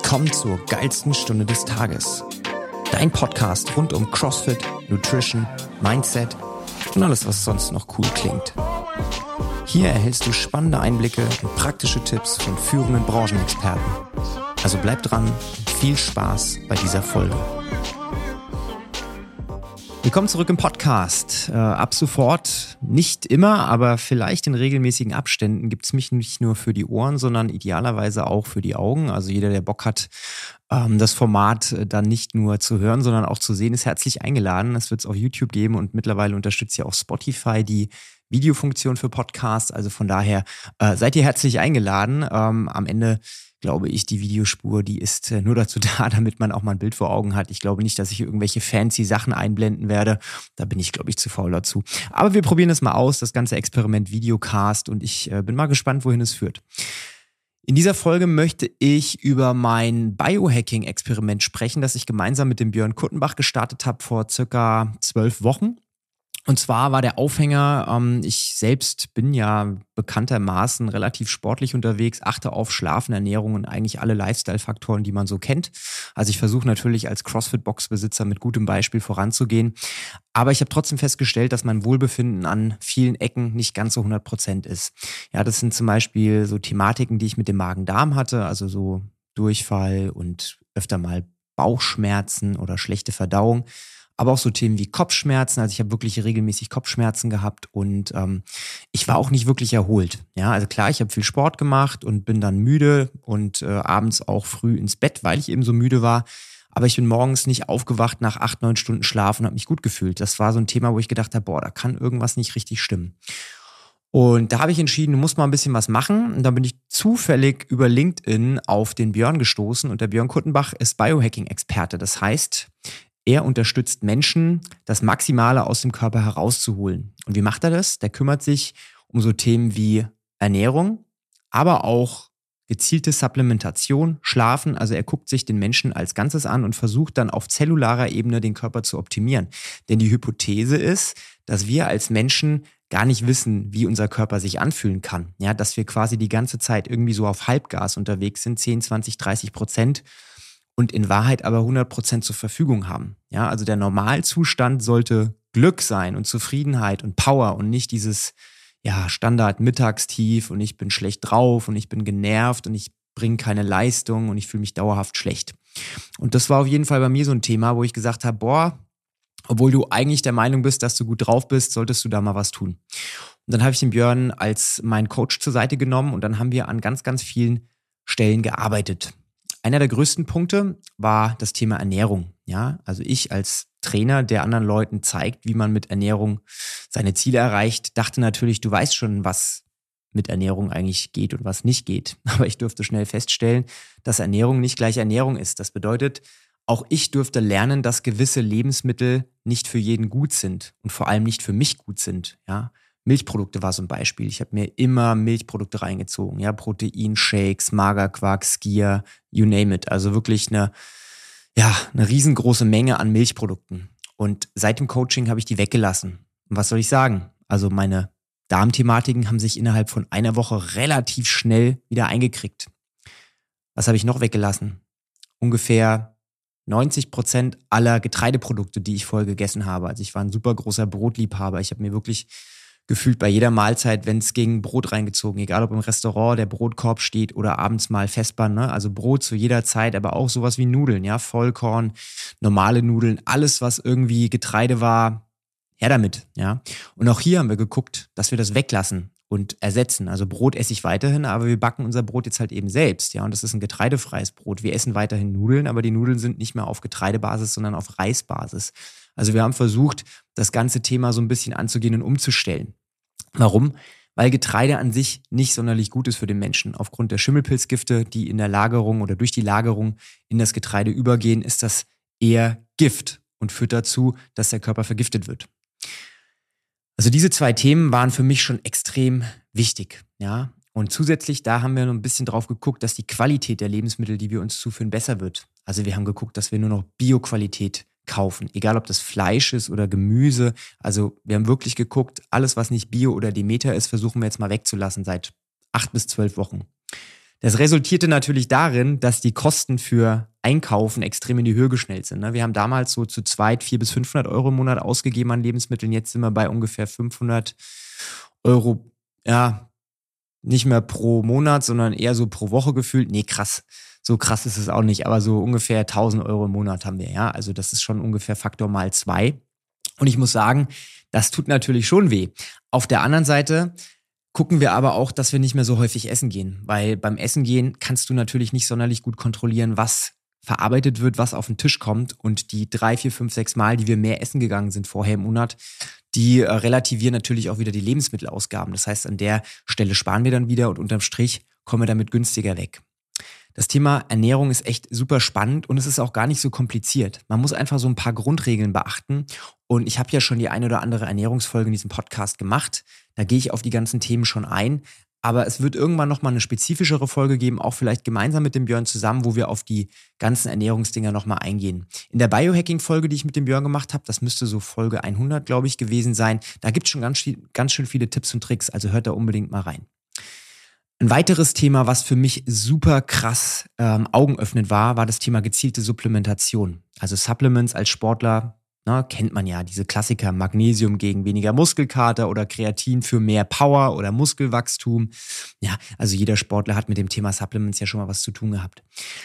Willkommen zur geilsten Stunde des Tages. Dein Podcast rund um CrossFit, Nutrition, Mindset und alles, was sonst noch cool klingt. Hier erhältst du spannende Einblicke und praktische Tipps von führenden Branchenexperten. Also bleib dran und viel Spaß bei dieser Folge. Willkommen zurück im Podcast. Ab sofort, nicht immer, aber vielleicht in regelmäßigen Abständen gibt es mich nicht nur für die Ohren, sondern idealerweise auch für die Augen. Also jeder, der Bock hat, das Format dann nicht nur zu hören, sondern auch zu sehen, ist herzlich eingeladen. Es wird es auf YouTube geben und mittlerweile unterstützt ja auch Spotify die Videofunktion für Podcasts. Also von daher seid ihr herzlich eingeladen. Am Ende glaube ich, die Videospur, die ist nur dazu da, damit man auch mal ein Bild vor Augen hat. Ich glaube nicht, dass ich irgendwelche fancy Sachen einblenden werde. Da bin ich, glaube ich, zu faul dazu. Aber wir probieren es mal aus, das ganze Experiment Videocast, und ich bin mal gespannt, wohin es führt. In dieser Folge möchte ich über mein Biohacking-Experiment sprechen, das ich gemeinsam mit dem Björn Kurtenbach gestartet habe vor circa 12 Wochen. Und zwar war der Aufhänger, ich selbst bin ja bekanntermaßen relativ sportlich unterwegs, achte auf Schlafen, Ernährung und eigentlich alle Lifestyle-Faktoren, die man so kennt. Also ich versuche natürlich als CrossFit-Box-Besitzer mit gutem Beispiel voranzugehen. Aber ich habe trotzdem festgestellt, dass mein Wohlbefinden an vielen Ecken nicht ganz so 100% ist. Ja, das sind zum Beispiel so Thematiken, die ich mit dem Magen-Darm hatte, also so Durchfall und öfter mal Bauchschmerzen oder schlechte Verdauung. Aber auch so Themen wie Kopfschmerzen. Also ich habe wirklich regelmäßig Kopfschmerzen gehabt und ich war auch nicht wirklich erholt. Ja, also klar, ich habe viel Sport gemacht und bin dann müde und abends auch früh ins Bett, weil ich eben so müde war. Aber ich bin morgens nicht aufgewacht nach 8, 9 Stunden Schlaf und habe mich gut gefühlt. Das war so ein Thema, wo ich gedacht habe, boah, da kann irgendwas nicht richtig stimmen. Und da habe ich entschieden, du musst mal ein bisschen was machen. Und dann bin ich zufällig über LinkedIn auf den Björn gestoßen. Und der Björn Kurtenbach ist Biohacking-Experte. Das heißt, er unterstützt Menschen, das Maximale aus dem Körper herauszuholen. Und wie macht er das? Der kümmert sich um so Themen wie Ernährung, aber auch gezielte Supplementation, Schlafen. Also er guckt sich den Menschen als Ganzes an und versucht dann auf zellularer Ebene den Körper zu optimieren. Denn die Hypothese ist, dass wir als Menschen gar nicht wissen, wie unser Körper sich anfühlen kann. Ja, dass wir quasi die ganze Zeit irgendwie so auf Halbgas unterwegs sind, 10, 20, 30%. Und in Wahrheit aber 100% zur Verfügung haben. Ja, also der Normalzustand sollte Glück sein und Zufriedenheit und Power und nicht dieses Standard-Mittagstief und ich bin schlecht drauf und ich bin genervt und ich bringe keine Leistung und ich fühle mich dauerhaft schlecht. Und das war auf jeden Fall bei mir so ein Thema, wo ich gesagt habe, boah, obwohl du eigentlich der Meinung bist, dass du gut drauf bist, solltest du da mal was tun. Und dann habe ich den Björn als meinen Coach zur Seite genommen und dann haben wir an ganz, ganz vielen Stellen gearbeitet. Einer der größten Punkte war das Thema Ernährung. Ja, also ich als Trainer, der anderen Leuten zeigt, wie man mit Ernährung seine Ziele erreicht, dachte natürlich, du weißt schon, was mit Ernährung eigentlich geht und was nicht geht. Aber ich durfte schnell feststellen, dass Ernährung nicht gleich Ernährung ist. Das bedeutet, auch ich durfte lernen, dass gewisse Lebensmittel nicht für jeden gut sind und vor allem nicht für mich gut sind. Ja, Milchprodukte war so ein Beispiel. Ich habe mir immer Milchprodukte reingezogen. Ja, Proteinshakes, Magerquark, Skyr, you name it. Also wirklich eine riesengroße Menge an Milchprodukten. Und seit dem Coaching habe ich die weggelassen. Und was soll ich sagen? Also meine Darmthematiken haben sich innerhalb von einer Woche relativ schnell wieder eingekriegt. Was habe ich noch weggelassen? Ungefähr 90% aller Getreideprodukte, die ich vorher gegessen habe. Also ich war ein super großer Brotliebhaber. Ich habe mir wirklich gefühlt bei jeder Mahlzeit, wenn es ging, Brot reingezogen. Egal, ob im Restaurant der Brotkorb steht oder abends mal Vesper, ne? Also Brot zu jeder Zeit, aber auch sowas wie Nudeln, ja, Vollkorn, normale Nudeln, alles, was irgendwie Getreide war, her damit, ja. Und auch hier haben wir geguckt, dass wir das weglassen und ersetzen. Also Brot esse ich weiterhin, aber wir backen unser Brot jetzt halt eben selbst, ja. Und das ist ein getreidefreies Brot. Wir essen weiterhin Nudeln, aber die Nudeln sind nicht mehr auf Getreidebasis, sondern auf Reisbasis. Also wir haben versucht, das ganze Thema so ein bisschen anzugehen und umzustellen. Warum? Weil Getreide an sich nicht sonderlich gut ist für den Menschen. Aufgrund der Schimmelpilzgifte, die in der Lagerung oder durch die Lagerung in das Getreide übergehen, ist das eher Gift und führt dazu, dass der Körper vergiftet wird. Also diese 2 Themen waren für mich schon extrem wichtig. Ja? Und zusätzlich, da haben wir noch ein bisschen drauf geguckt, dass die Qualität der Lebensmittel, die wir uns zuführen, besser wird. Also wir haben geguckt, dass wir nur noch Bio-Qualität kaufen, egal ob das Fleisch ist oder Gemüse. Also wir haben wirklich geguckt, alles was nicht Bio oder Demeter ist, versuchen wir jetzt mal wegzulassen seit 8 bis 12 Wochen. Das resultierte natürlich darin, dass die Kosten für Einkaufen extrem in die Höhe geschnellt sind. Ne? Wir haben damals so zu zweit 400 bis 500 Euro im Monat ausgegeben an Lebensmitteln. Jetzt sind wir bei ungefähr 500 Euro, ja, nicht mehr pro Monat, sondern eher so pro Woche gefühlt. Nee, krass. So krass ist es auch nicht, aber so ungefähr 1000 Euro im Monat haben wir, ja. Also das ist schon ungefähr Faktor mal 2. Und ich muss sagen, das tut natürlich schon weh. Auf der anderen Seite gucken wir aber auch, dass wir nicht mehr so häufig essen gehen. Weil beim Essen gehen kannst du natürlich nicht sonderlich gut kontrollieren, was verarbeitet wird, was auf den Tisch kommt. Und die 3, 4, 5, 6 Mal, die wir mehr essen gegangen sind vorher im Monat, die relativieren natürlich auch wieder die Lebensmittelausgaben. Das heißt, an der Stelle sparen wir dann wieder und unterm Strich kommen wir damit günstiger weg. Das Thema Ernährung ist echt super spannend und es ist auch gar nicht so kompliziert. Man muss einfach so ein paar Grundregeln beachten. Und ich habe ja schon die eine oder andere Ernährungsfolge in diesem Podcast gemacht. Da gehe ich auf die ganzen Themen schon ein. Aber es wird irgendwann nochmal eine spezifischere Folge geben, auch vielleicht gemeinsam mit dem Björn zusammen, wo wir auf die ganzen Ernährungsdinger nochmal eingehen. In der Biohacking-Folge, die ich mit dem Björn gemacht habe, das müsste so Folge 100, glaube ich, gewesen sein. Da gibt es schon ganz schön viele Tipps und Tricks, also hört da unbedingt mal rein. Ein weiteres Thema, was für mich super krass augenöffnend war das Thema gezielte Supplementation. Also Supplements als Sportler, kennt man ja, diese Klassiker, Magnesium gegen weniger Muskelkater oder Kreatin für mehr Power oder Muskelwachstum. Ja, also jeder Sportler hat mit dem Thema Supplements ja schon mal was zu tun gehabt.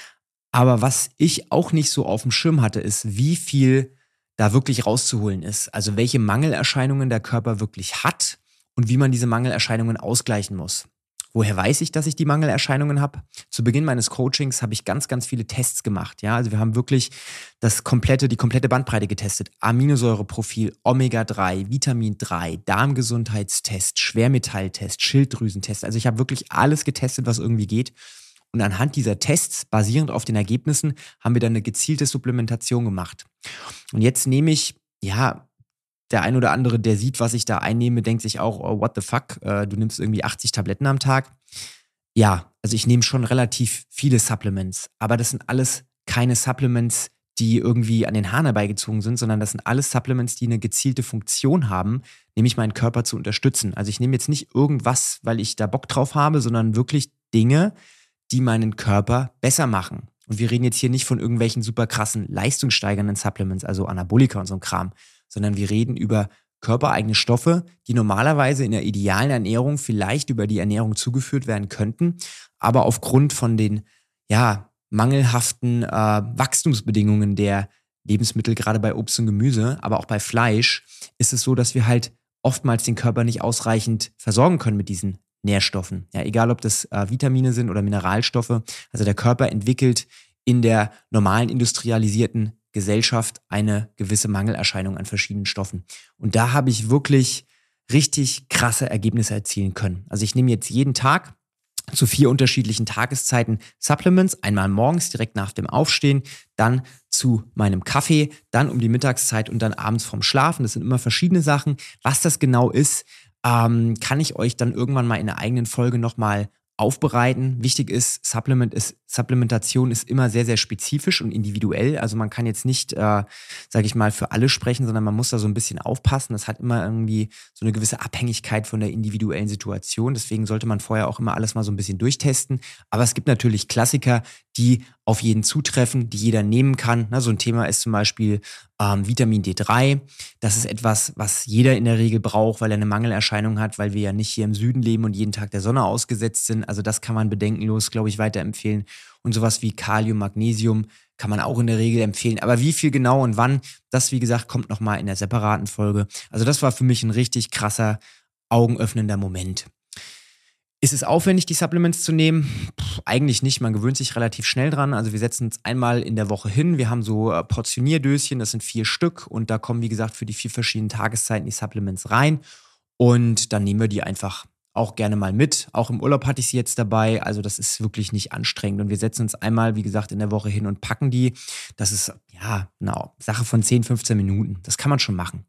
Aber was ich auch nicht so auf dem Schirm hatte, ist, wie viel da wirklich rauszuholen ist. Also welche Mangelerscheinungen der Körper wirklich hat und wie man diese Mangelerscheinungen ausgleichen muss. Woher weiß ich, dass ich die Mangelerscheinungen habe? Zu Beginn meines Coachings habe ich ganz, ganz viele Tests gemacht. Ja, also wir haben wirklich die komplette Bandbreite getestet. Aminosäureprofil, Omega-3, Vitamin 3, Darmgesundheitstest, Schwermetalltest, Schilddrüsentest. Also ich habe wirklich alles getestet, was irgendwie geht. Und anhand dieser Tests, basierend auf den Ergebnissen, haben wir dann eine gezielte Supplementation gemacht. Und jetzt nehme ich, der ein oder andere, der sieht, was ich da einnehme, denkt sich auch, oh, what the fuck, du nimmst irgendwie 80 Tabletten am Tag. Ja, also ich nehme schon relativ viele Supplements, aber das sind alles keine Supplements, die irgendwie an den Haaren herbeigezogen sind, sondern das sind alles Supplements, die eine gezielte Funktion haben, nämlich meinen Körper zu unterstützen. Also ich nehme jetzt nicht irgendwas, weil ich da Bock drauf habe, sondern wirklich Dinge, die meinen Körper besser machen. Und wir reden jetzt hier nicht von irgendwelchen super krassen, leistungssteigernden Supplements, also Anabolika und so ein Kram, sondern wir reden über körpereigene Stoffe, die normalerweise in der idealen Ernährung vielleicht über die Ernährung zugeführt werden könnten, aber aufgrund von den mangelhaften Wachstumsbedingungen der Lebensmittel, gerade bei Obst und Gemüse, aber auch bei Fleisch, ist es so, dass wir halt oftmals den Körper nicht ausreichend versorgen können mit diesen Nährstoffen. Ja, egal ob das Vitamine sind oder Mineralstoffe. Also der Körper entwickelt in der normalen industrialisierten Gesellschaft eine gewisse Mangelerscheinung an verschiedenen Stoffen. Und da habe ich wirklich richtig krasse Ergebnisse erzielen können. Also ich nehme jetzt jeden Tag zu 4 unterschiedlichen Tageszeiten Supplements, einmal morgens direkt nach dem Aufstehen, dann zu meinem Kaffee, dann um die Mittagszeit und dann abends vorm Schlafen. Das sind immer verschiedene Sachen. Was das genau ist, kann ich euch dann irgendwann mal in einer eigenen Folge nochmal aufbereiten. Wichtig ist, Supplementation ist immer sehr, sehr spezifisch und individuell. Also man kann jetzt nicht, sage ich mal, für alle sprechen, sondern man muss da so ein bisschen aufpassen. Das hat immer irgendwie so eine gewisse Abhängigkeit von der individuellen Situation. Deswegen sollte man vorher auch immer alles mal so ein bisschen durchtesten. Aber es gibt natürlich Klassiker, die auf jeden zutreffen, die jeder nehmen kann. So ein Thema ist zum Beispiel Vitamin D3. Das ist etwas, was jeder in der Regel braucht, weil er eine Mangelerscheinung hat, weil wir ja nicht hier im Süden leben und jeden Tag der Sonne ausgesetzt sind. Also das kann man bedenkenlos, glaube ich, weiterempfehlen. Und sowas wie Kalium, Magnesium kann man auch in der Regel empfehlen. Aber wie viel genau und wann, das, wie gesagt, kommt nochmal in der separaten Folge. Also das war für mich ein richtig krasser, augenöffnender Moment. Ist es aufwendig, die Supplements zu nehmen? Eigentlich nicht, man gewöhnt sich relativ schnell dran. Also wir setzen uns einmal in der Woche hin. Wir haben so Portionierdöschen, das sind 4 Stück. Und da kommen, wie gesagt, für die 4 verschiedenen Tageszeiten die Supplements rein. Und dann nehmen wir die einfach auch gerne mal mit. Auch im Urlaub hatte ich sie jetzt dabei. Also das ist wirklich nicht anstrengend. Und wir setzen uns einmal, wie gesagt, in der Woche hin und packen die. Das ist eine Sache von 10, 15 Minuten. Das kann man schon machen.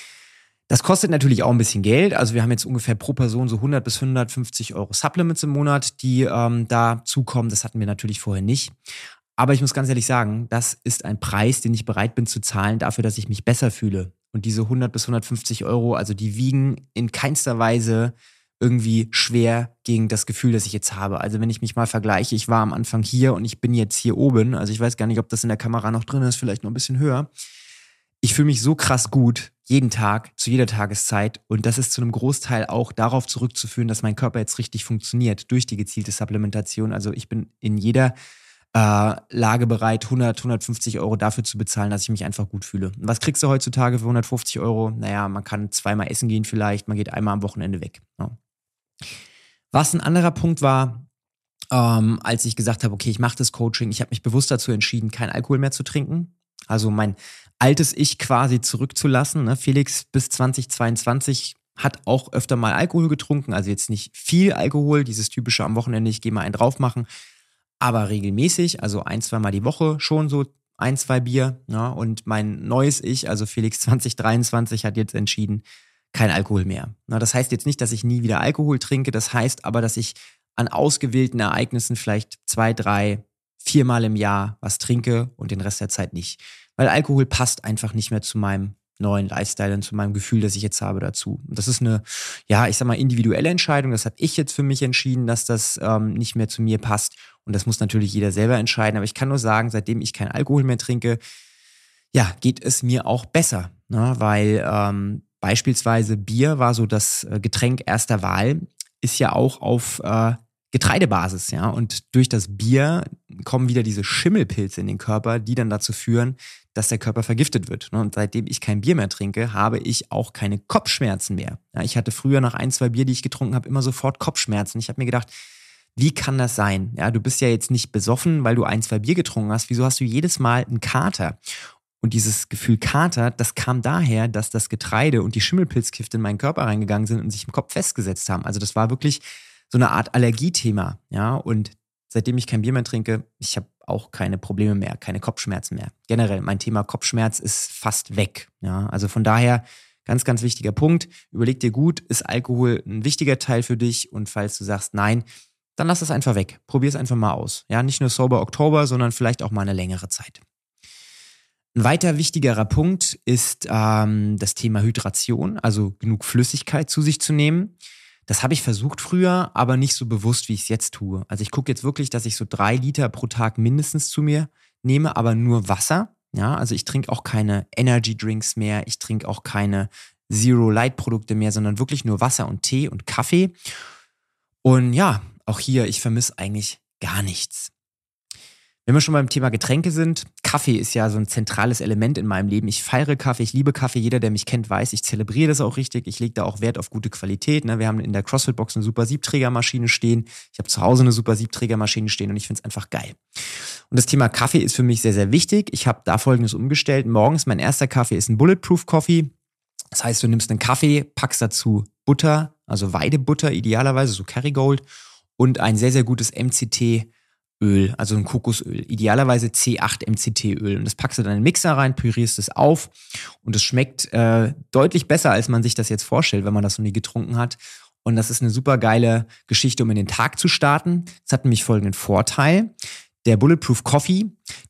Das kostet natürlich auch ein bisschen Geld. Also wir haben jetzt ungefähr pro Person so 100 bis 150 Euro Supplements im Monat, die da zukommen. Das hatten wir natürlich vorher nicht. Aber ich muss ganz ehrlich sagen, das ist ein Preis, den ich bereit bin zu zahlen dafür, dass ich mich besser fühle. Und diese 100 bis 150 Euro, also die wiegen in keinster Weise irgendwie schwer gegen das Gefühl, das ich jetzt habe. Also wenn ich mich mal vergleiche, ich war am Anfang hier und ich bin jetzt hier oben. Also ich weiß gar nicht, ob das in der Kamera noch drin ist, vielleicht noch ein bisschen höher. Ich fühle mich so krass gut, jeden Tag, zu jeder Tageszeit. Und das ist zu einem Großteil auch darauf zurückzuführen, dass mein Körper jetzt richtig funktioniert durch die gezielte Supplementation. Also ich bin in jeder Lage bereit, 100, 150 Euro dafür zu bezahlen, dass ich mich einfach gut fühle. Und was kriegst du heutzutage für 150 Euro? Naja, man kann zweimal essen gehen vielleicht, man geht einmal am Wochenende weg. Ja. Was ein anderer Punkt war, als ich gesagt habe, okay, ich mache das Coaching, ich habe mich bewusst dazu entschieden, keinen Alkohol mehr zu trinken. Also mein altes Ich quasi zurückzulassen. Ne? Felix bis 2022 hat auch öfter mal Alkohol getrunken, also jetzt nicht viel Alkohol, dieses typische am Wochenende, ich gehe mal einen drauf machen, aber regelmäßig, also 1-2 Mal die Woche schon so 1-2 Bier. Ja? Und mein neues Ich, also Felix 2023, hat jetzt entschieden, kein Alkohol mehr. Na, das heißt jetzt nicht, dass ich nie wieder Alkohol trinke, das heißt aber, dass ich an ausgewählten Ereignissen vielleicht 2, 3, 4 Mal im Jahr was trinke und den Rest der Zeit nicht. Weil Alkohol passt einfach nicht mehr zu meinem neuen Lifestyle und zu meinem Gefühl, das ich jetzt habe dazu. Und das ist eine, ja, ich sag mal, individuelle Entscheidung. Das habe ich jetzt für mich entschieden, dass das nicht mehr zu mir passt. Und das muss natürlich jeder selber entscheiden. Aber ich kann nur sagen, seitdem ich keinen Alkohol mehr trinke, ja, geht es mir auch besser. Ne? Weil beispielsweise Bier war so das Getränk erster Wahl, ist ja auch auf Getreidebasis, ja. Und durch das Bier kommen wieder diese Schimmelpilze in den Körper, die dann dazu führen, dass der Körper vergiftet wird. Ne? Und seitdem ich kein Bier mehr trinke, habe ich auch keine Kopfschmerzen mehr. Ja, ich hatte früher nach 1-2 Bier, die ich getrunken habe, immer sofort Kopfschmerzen. Ich habe mir gedacht, wie kann das sein? Ja, du bist ja jetzt nicht besoffen, weil du 1-2 Bier getrunken hast. Wieso hast du jedes Mal einen Kater? Und dieses Gefühl Kater, das kam daher, dass das Getreide und die Schimmelpilzgifte in meinen Körper reingegangen sind und sich im Kopf festgesetzt haben. Also das war wirklich so eine Art Allergiethema. Ja, und seitdem ich kein Bier mehr trinke, ich habe auch keine Probleme mehr, keine Kopfschmerzen mehr. Generell, mein Thema Kopfschmerz ist fast weg. Ja, also von daher, ganz, ganz wichtiger Punkt. Überleg dir gut, ist Alkohol ein wichtiger Teil für dich? Und falls du sagst nein, dann lass es einfach weg. Probier es einfach mal aus. Ja, nicht nur Sober Oktober, sondern vielleicht auch mal eine längere Zeit. Ein weiter wichtigerer Punkt ist das Thema Hydration, also genug Flüssigkeit zu sich zu nehmen. Das habe ich versucht früher, aber nicht so bewusst, wie ich es jetzt tue. Also ich gucke jetzt wirklich, dass ich so 3 Liter pro Tag mindestens zu mir nehme, aber nur Wasser. Ja, also ich trinke auch keine Energy Drinks mehr, ich trinke auch keine Zero-Light-Produkte mehr, sondern wirklich nur Wasser und Tee und Kaffee. Und ja, auch hier, ich vermisse eigentlich gar nichts. Wenn wir schon beim Thema Getränke sind, Kaffee ist ja so ein zentrales Element in meinem Leben. Ich feiere Kaffee, ich liebe Kaffee. Jeder, der mich kennt, weiß, ich zelebriere das auch richtig. Ich lege da auch Wert auf gute Qualität. Ne? Wir haben in der CrossFit-Box eine super Siebträgermaschine stehen. Ich habe zu Hause eine super Siebträgermaschine stehen und ich finde es einfach geil. Und das Thema Kaffee ist für mich sehr, sehr wichtig. Ich habe da Folgendes umgestellt. Morgens mein erster Kaffee ist ein Bulletproof Coffee. Das heißt, du nimmst einen Kaffee, packst dazu Butter, also Weidebutter idealerweise, so Kerrygold, und ein sehr, sehr gutes MCT-Öl, also ein Kokosöl, idealerweise C8 MCT-Öl. Und das packst du dann in den Mixer rein, pürierst es auf und es schmeckt deutlich besser, als man sich das jetzt vorstellt, wenn man das noch nie getrunken hat. Und das ist eine super geile Geschichte, um in den Tag zu starten. Es hat nämlich folgenden Vorteil. Der Bulletproof Coffee,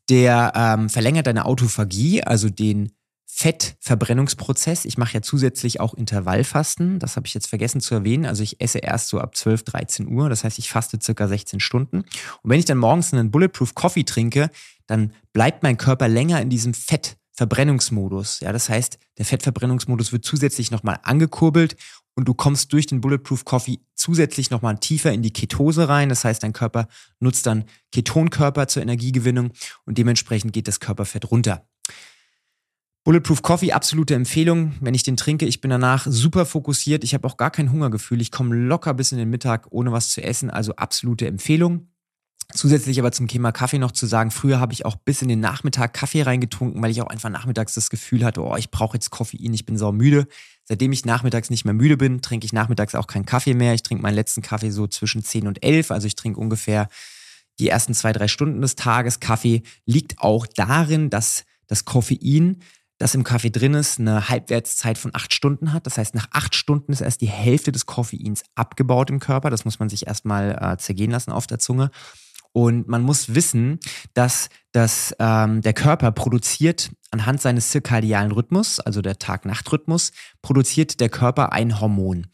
der verlängert deine Autophagie, also den Fettverbrennungsprozess. Ich mache ja zusätzlich auch Intervallfasten. Das habe ich jetzt vergessen zu erwähnen. Also ich esse erst so ab 12, 13 Uhr. Das heißt, ich faste circa 16 Stunden. Und wenn ich dann morgens einen Bulletproof Coffee trinke, dann bleibt mein Körper länger in diesem Fettverbrennungsmodus. Ja, das heißt, der Fettverbrennungsmodus wird zusätzlich nochmal angekurbelt und du kommst durch den Bulletproof Coffee zusätzlich nochmal tiefer in die Ketose rein. Das heißt, dein Körper nutzt dann Ketonkörper zur Energiegewinnung und dementsprechend geht das Körperfett runter. Bulletproof Coffee, absolute Empfehlung. Wenn ich den trinke, ich bin danach super fokussiert. Ich habe auch gar kein Hungergefühl. Ich komme locker bis in den Mittag, ohne was zu essen. Also absolute Empfehlung. Zusätzlich aber zum Thema Kaffee noch zu sagen, früher habe ich auch bis in den Nachmittag Kaffee reingetrunken, weil ich auch einfach nachmittags das Gefühl hatte, oh, ich brauche jetzt Koffein, ich bin saumüde. Seitdem ich nachmittags nicht mehr müde bin, trinke ich nachmittags auch keinen Kaffee mehr. Ich trinke meinen letzten Kaffee so zwischen 10 und 11. Also ich trinke ungefähr die ersten 2, 3 Stunden des Tages Kaffee. Liegt auch darin, dass das Koffein, das im Kaffee drin ist, eine Halbwertszeit von 8 Stunden hat. Das heißt, nach 8 Stunden ist erst die Hälfte des Koffeins abgebaut im Körper. Das muss man sich erstmal zergehen lassen auf der Zunge. Und man muss wissen, dass der Körper produziert anhand seines zirkadialen Rhythmus, also der Tag-Nacht-Rhythmus, produziert der Körper ein Hormon.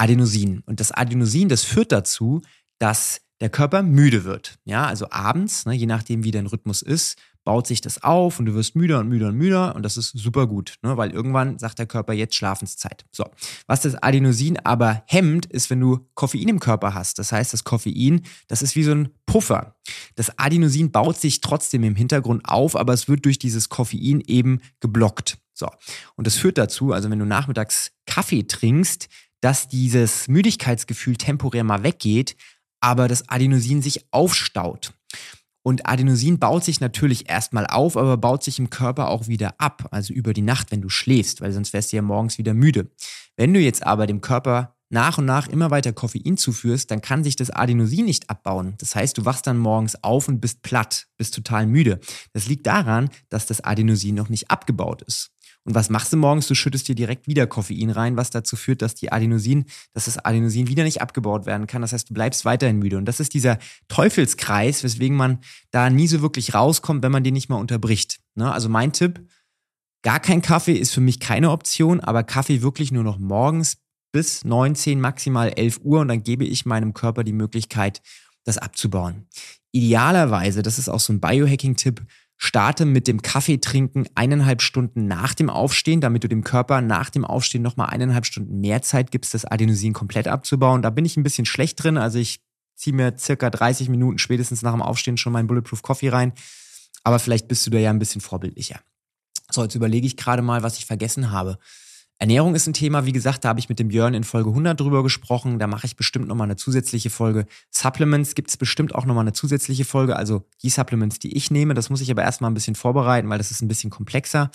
Adenosin. Und das Adenosin, das führt dazu, dass der Körper müde wird. Ja, also abends, je nachdem wie dein Rhythmus ist, baut sich das auf und du wirst müder und müder und müder und das ist super gut, weil irgendwann sagt der Körper, jetzt Schlafenszeit. So, was das Adenosin aber hemmt, ist, wenn du Koffein im Körper hast. Das heißt, das Koffein, das ist wie so ein Puffer. Das Adenosin baut sich trotzdem im Hintergrund auf, aber es wird durch dieses Koffein eben geblockt. So, und das führt dazu, also wenn du nachmittags Kaffee trinkst, dass dieses Müdigkeitsgefühl temporär mal weggeht, aber das Adenosin sich aufstaut. Und Adenosin baut sich natürlich erstmal auf, aber baut sich im Körper auch wieder ab, also über die Nacht, wenn du schläfst, weil sonst wärst du ja morgens wieder müde. Wenn du jetzt aber dem Körper nach und nach immer weiter Koffein zuführst, dann kann sich das Adenosin nicht abbauen. Das heißt, du wachst dann morgens auf und bist platt, bist total müde. Das liegt daran, dass das Adenosin noch nicht abgebaut ist. Und was machst du morgens? Du schüttest dir direkt wieder Koffein rein, was dazu führt, dass das Adenosin wieder nicht abgebaut werden kann. Das heißt, du bleibst weiterhin müde. Und das ist dieser Teufelskreis, weswegen man da nie so wirklich rauskommt, wenn man den nicht mal unterbricht. Also mein Tipp, gar kein Kaffee ist für mich keine Option, aber Kaffee wirklich nur noch morgens bis 9, 10, maximal 11 Uhr und dann gebe ich meinem Körper die Möglichkeit, das abzubauen. Idealerweise, das ist auch so ein Biohacking-Tipp, starte mit dem Kaffeetrinken 1,5 Stunden nach dem Aufstehen, damit du dem Körper nach dem Aufstehen nochmal 1,5 Stunden mehr Zeit gibst, das Adenosin komplett abzubauen. Da bin ich ein bisschen schlecht drin, also ich ziehe mir circa 30 Minuten spätestens nach dem Aufstehen schon meinen Bulletproof Coffee rein, aber vielleicht bist du da ja ein bisschen vorbildlicher. So, jetzt überlege ich gerade mal, was ich vergessen habe. Ernährung ist ein Thema, wie gesagt, da habe ich mit dem Björn in Folge 100 drüber gesprochen, da mache ich bestimmt nochmal eine zusätzliche Folge. Supplements gibt es bestimmt auch nochmal eine zusätzliche Folge, also die Supplements, die ich nehme, das muss ich aber erstmal ein bisschen vorbereiten, weil das ist ein bisschen komplexer.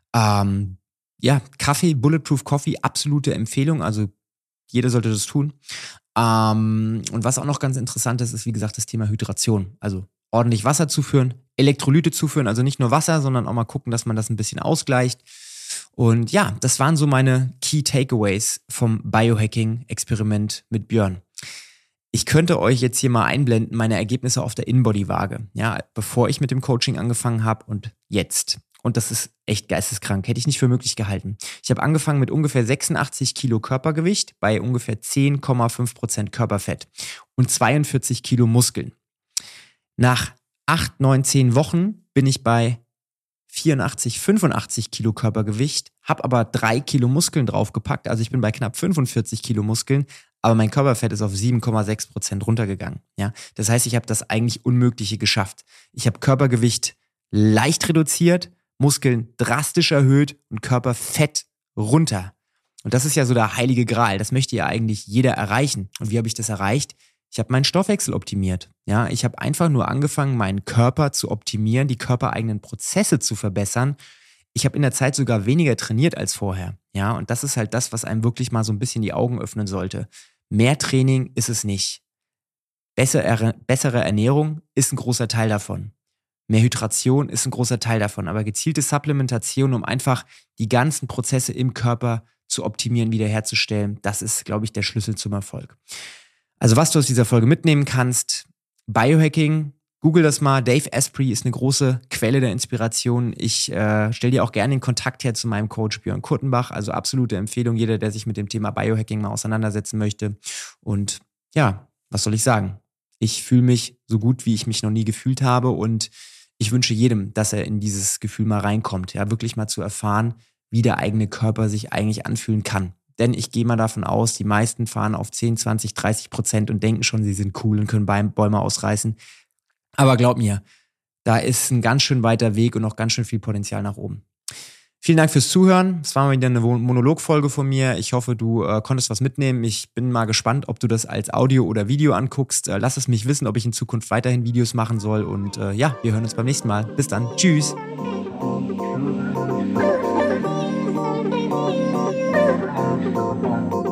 Kaffee, Bulletproof Coffee, absolute Empfehlung, also jeder sollte das tun. Und was auch noch ganz interessant ist, ist wie gesagt das Thema Hydration, also ordentlich Wasser zuführen, Elektrolyte zuführen, also nicht nur Wasser, sondern auch mal gucken, dass man das ein bisschen ausgleicht. Und ja, das waren so meine Key Takeaways vom Biohacking-Experiment mit Björn. Ich könnte euch jetzt hier mal einblenden, meine Ergebnisse auf der InBody-Waage, ja, bevor ich mit dem Coaching angefangen habe und jetzt. Und das ist echt geisteskrank, hätte ich nicht für möglich gehalten. Ich habe angefangen mit ungefähr 86 Kilo Körpergewicht bei ungefähr 10,5% Körperfett und 42 Kilo Muskeln. Nach 8, 9, 10 Wochen bin ich bei 84, 85 Kilo Körpergewicht, habe aber 3 Kilo Muskeln draufgepackt, also ich bin bei knapp 45 Kilo Muskeln, aber mein Körperfett ist auf 7,6% runtergegangen. Ja? Das heißt, ich habe das eigentlich Unmögliche geschafft. Ich habe Körpergewicht leicht reduziert, Muskeln drastisch erhöht und Körperfett runter. Und das ist ja so der heilige Gral, das möchte ja eigentlich jeder erreichen. Und wie habe ich das erreicht? Ich habe meinen Stoffwechsel optimiert. Ja, ich habe einfach nur angefangen, meinen Körper zu optimieren, die körpereigenen Prozesse zu verbessern. Ich habe in der Zeit sogar weniger trainiert als vorher. Ja, und das ist halt das, was einem wirklich mal so ein bisschen die Augen öffnen sollte. Mehr Training ist es nicht. Bessere Ernährung ist ein großer Teil davon. Mehr Hydration ist ein großer Teil davon. Aber gezielte Supplementation, um einfach die ganzen Prozesse im Körper zu optimieren, wiederherzustellen, das ist, glaube ich, der Schlüssel zum Erfolg. Also was du aus dieser Folge mitnehmen kannst, Biohacking, google das mal, Dave Asprey ist eine große Quelle der Inspiration. Ich stelle dir auch gerne den Kontakt her zu meinem Coach Björn Kurtenbach, also absolute Empfehlung, jeder, der sich mit dem Thema Biohacking mal auseinandersetzen möchte. Und ja, was soll ich sagen? Ich fühle mich so gut, wie ich mich noch nie gefühlt habe und ich wünsche jedem, dass er in dieses Gefühl mal reinkommt, ja, wirklich mal zu erfahren, wie der eigene Körper sich eigentlich anfühlen kann. Denn ich gehe mal davon aus, die meisten fahren auf 10, 20, 30% und denken schon, sie sind cool und können Bäume ausreißen. Aber glaub mir, da ist ein ganz schön weiter Weg und noch ganz schön viel Potenzial nach oben. Vielen Dank fürs Zuhören. Es war mal wieder eine Monologfolge von mir. Ich hoffe, du konntest was mitnehmen. Ich bin mal gespannt, ob du das als Audio oder Video anguckst. Lass es mich wissen, ob ich in Zukunft weiterhin Videos machen soll. Und wir hören uns beim nächsten Mal. Bis dann. Tschüss. Thank you.